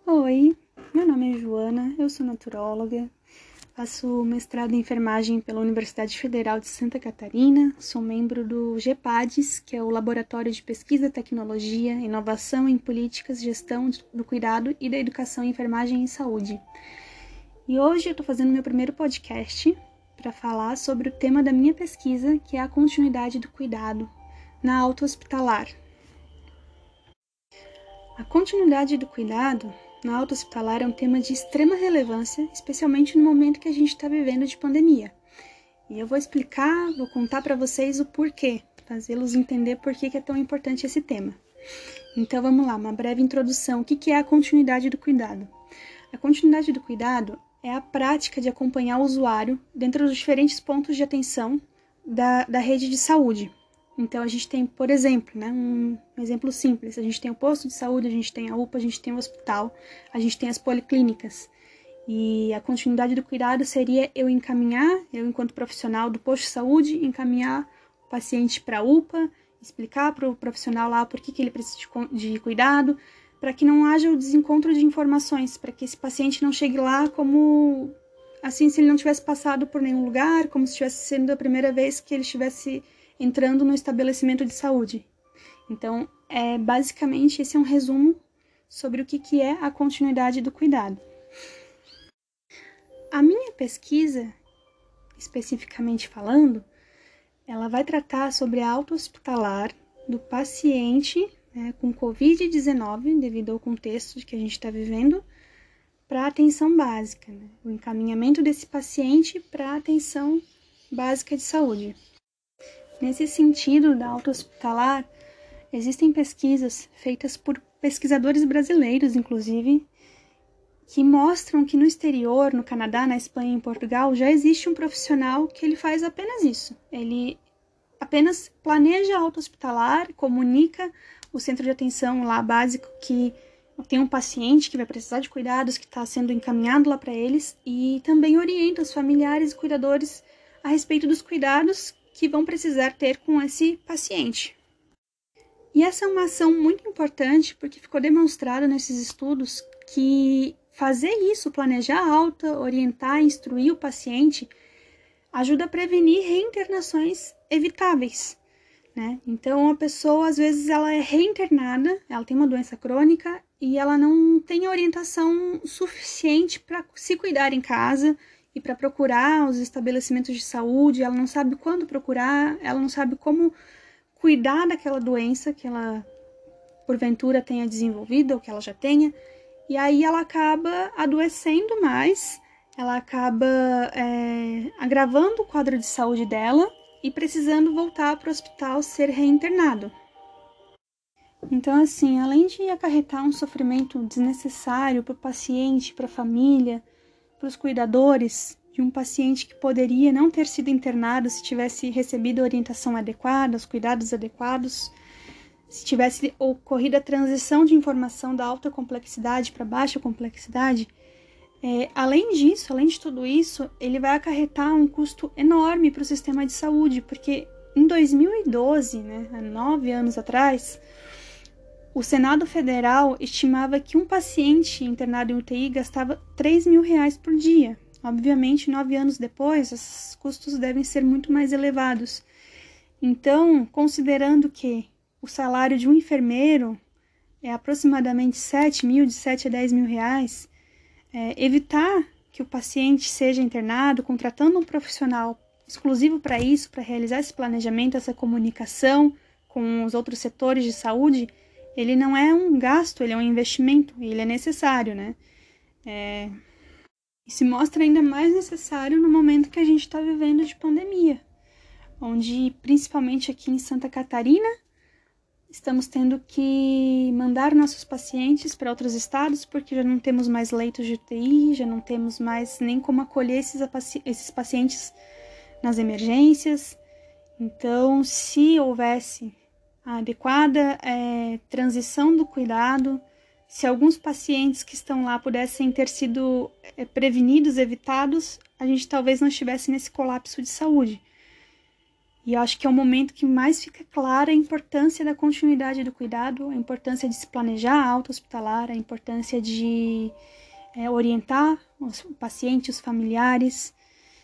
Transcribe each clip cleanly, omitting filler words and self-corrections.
Oi, meu nome é Joana, eu sou naturóloga, faço mestrado em enfermagem pela Universidade Federal de Santa Catarina, sou membro do GEPADES, que é o Laboratório de Pesquisa, Tecnologia, Inovação em Políticas, Gestão do Cuidado e da Educação em Enfermagem e Saúde. E hoje eu estou fazendo meu primeiro podcast para falar sobre o tema da minha pesquisa, que é a continuidade do cuidado na alta hospitalar. A continuidade do cuidado na alta hospitalar é um tema de extrema relevância, especialmente no momento que a gente está vivendo de pandemia. E eu vou explicar, vou contar para vocês o porquê, fazê-los entender por que é tão importante esse tema. Então vamos lá, uma breve introdução. O que é a continuidade do cuidado? A continuidade do cuidado é a prática de acompanhar o usuário dentro dos diferentes pontos de atenção da rede de saúde. Então, a gente tem, por exemplo, um exemplo simples, a gente tem o posto de saúde, a gente tem a UPA, a gente tem o hospital, a gente tem as policlínicas. E a continuidade do cuidado seria eu enquanto profissional do posto de saúde, encaminhar o paciente para a UPA, explicar para o profissional lá por que ele precisa de cuidado, para que não haja o desencontro de informações, para que esse paciente não chegue lá como, assim, se ele não tivesse passado por nenhum lugar, como se estivesse sendo a primeira vez que ele estivesse entrando no estabelecimento de saúde. Então, basicamente, esse é um resumo sobre o que é a continuidade do cuidado. A minha pesquisa, especificamente falando, ela vai tratar sobre a alta hospitalar do paciente com Covid-19, devido ao contexto que a gente está vivendo, para a atenção básica, o encaminhamento desse paciente para a atenção básica de saúde. Nesse sentido da alta hospitalar, existem pesquisas feitas por pesquisadores brasileiros, inclusive, que mostram que no exterior, no Canadá, na Espanha e em Portugal, já existe um profissional que ele faz apenas isso. Ele apenas planeja a alta hospitalar, comunica o centro de atenção lá básico que tem um paciente que vai precisar de cuidados, que está sendo encaminhado lá para eles, e também orienta os familiares e cuidadores a respeito dos cuidados que vão precisar ter com esse paciente. E essa é uma ação muito importante porque ficou demonstrado nesses estudos que fazer isso, planejar a alta, orientar, instruir o paciente, ajuda a prevenir reinternações evitáveis, né? Então, a pessoa, às vezes, ela é reinternada, ela tem uma doença crônica e ela não tem a orientação suficiente para se cuidar em casa e para procurar os estabelecimentos de saúde, ela não sabe quando procurar, ela não sabe como cuidar daquela doença que ela, porventura, tenha desenvolvido ou que ela já tenha, e aí ela acaba adoecendo mais, ela acaba agravando o quadro de saúde dela e precisando voltar para o hospital ser reinternado. Então, assim, além de acarretar um sofrimento desnecessário para o paciente, para a família, para os cuidadores de um paciente que poderia não ter sido internado se tivesse recebido a orientação adequada, os cuidados adequados, se tivesse ocorrido a transição de informação da alta complexidade para baixa complexidade, além disso, além de tudo isso, ele vai acarretar um custo enorme para o sistema de saúde, porque em 2012, há 9 anos atrás, o Senado Federal estimava que um paciente internado em UTI gastava R$3.000 por dia. Obviamente, 9 anos depois, esses custos devem ser muito mais elevados. Então, considerando que o salário de um enfermeiro é aproximadamente de 7 a 10 mil reais, evitar que o paciente seja internado, contratando um profissional exclusivo para isso, para realizar esse planejamento, essa comunicação com os outros setores de saúde, ele não é um gasto, ele é um investimento, e ele é necessário, né? E se mostra ainda mais necessário no momento que a gente está vivendo de pandemia, onde, principalmente aqui em Santa Catarina, estamos tendo que mandar nossos pacientes para outros estados, porque já não temos mais leitos de UTI, já não temos mais nem como acolher esses pacientes nas emergências. Então, se houvesse a adequada transição do cuidado, se alguns pacientes que estão lá pudessem ter sido prevenidos, evitados, a gente talvez não estivesse nesse colapso de saúde. E eu acho que é o momento que mais fica clara a importância da continuidade do cuidado, a importância de se planejar a alta hospitalar, a importância de orientar os pacientes, os familiares.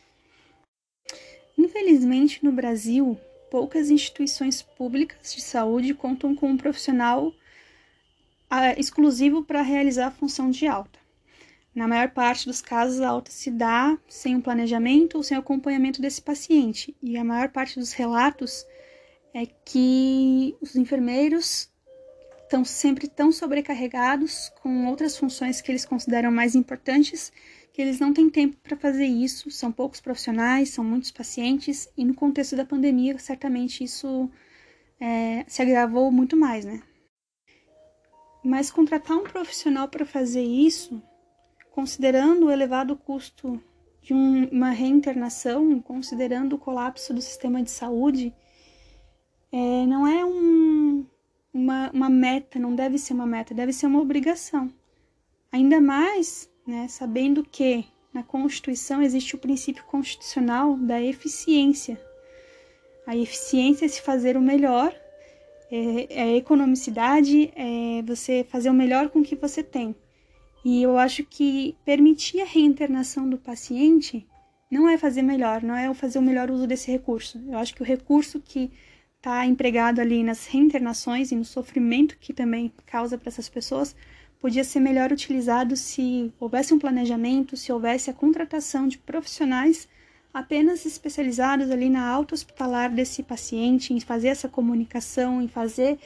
Infelizmente, no Brasil, poucas instituições públicas de saúde contam com um profissional exclusivo para realizar a função de alta. Na maior parte dos casos, a alta se dá sem um planejamento ou sem acompanhamento desse paciente. E a maior parte dos relatos é que os enfermeiros estão sempre tão sobrecarregados com outras funções que eles consideram mais importantes, que eles não têm tempo para fazer isso. São poucos profissionais, são muitos pacientes, e no contexto da pandemia, certamente isso se agravou muito mais, né? Mas contratar um profissional para fazer isso, considerando o elevado custo de uma reinternação, considerando o colapso do sistema de saúde, não é uma meta, não deve ser uma meta, deve ser uma obrigação. Ainda mais, né, sabendo que na Constituição existe o princípio constitucional da eficiência. A eficiência é se fazer o melhor, é a economicidade, é você fazer o melhor com o que você tem. E eu acho que permitir a reinternação do paciente não é fazer melhor, não é fazer o melhor uso desse recurso. Eu acho que o recurso que está empregado ali nas reinternações e no sofrimento que também causa para essas pessoas podia ser melhor utilizado se houvesse um planejamento, se houvesse a contratação de profissionais apenas especializados ali na alta hospitalar desse paciente, em fazer essa comunicação, em fazer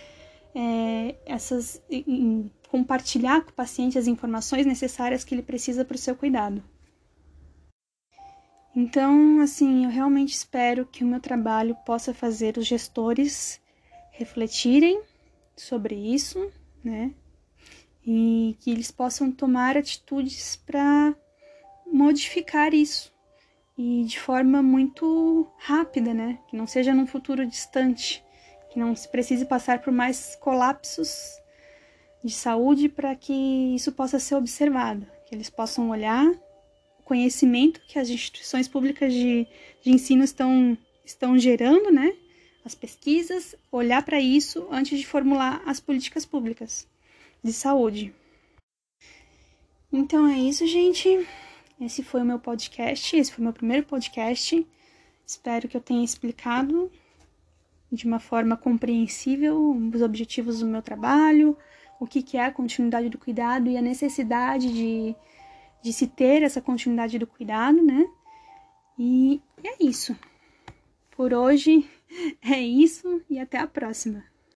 em compartilhar com o paciente as informações necessárias que ele precisa para o seu cuidado. Então, assim, eu realmente espero que o meu trabalho possa fazer os gestores refletirem sobre isso, né? E que eles possam tomar atitudes para modificar isso. E de forma muito rápida, né? Que não seja num futuro distante, que não se precise passar por mais colapsos de saúde para que isso possa ser observado, que eles possam olhar o conhecimento que as instituições públicas de ensino estão gerando, né? As pesquisas, olhar para isso antes de formular as políticas públicas de saúde. Então é isso, gente. Esse foi o meu podcast, esse foi o meu primeiro podcast. Espero que eu tenha explicado de uma forma compreensível os objetivos do meu trabalho, o que é a continuidade do cuidado e a necessidade de se ter essa continuidade do cuidado, né? E é isso. Por hoje é isso e até a próxima.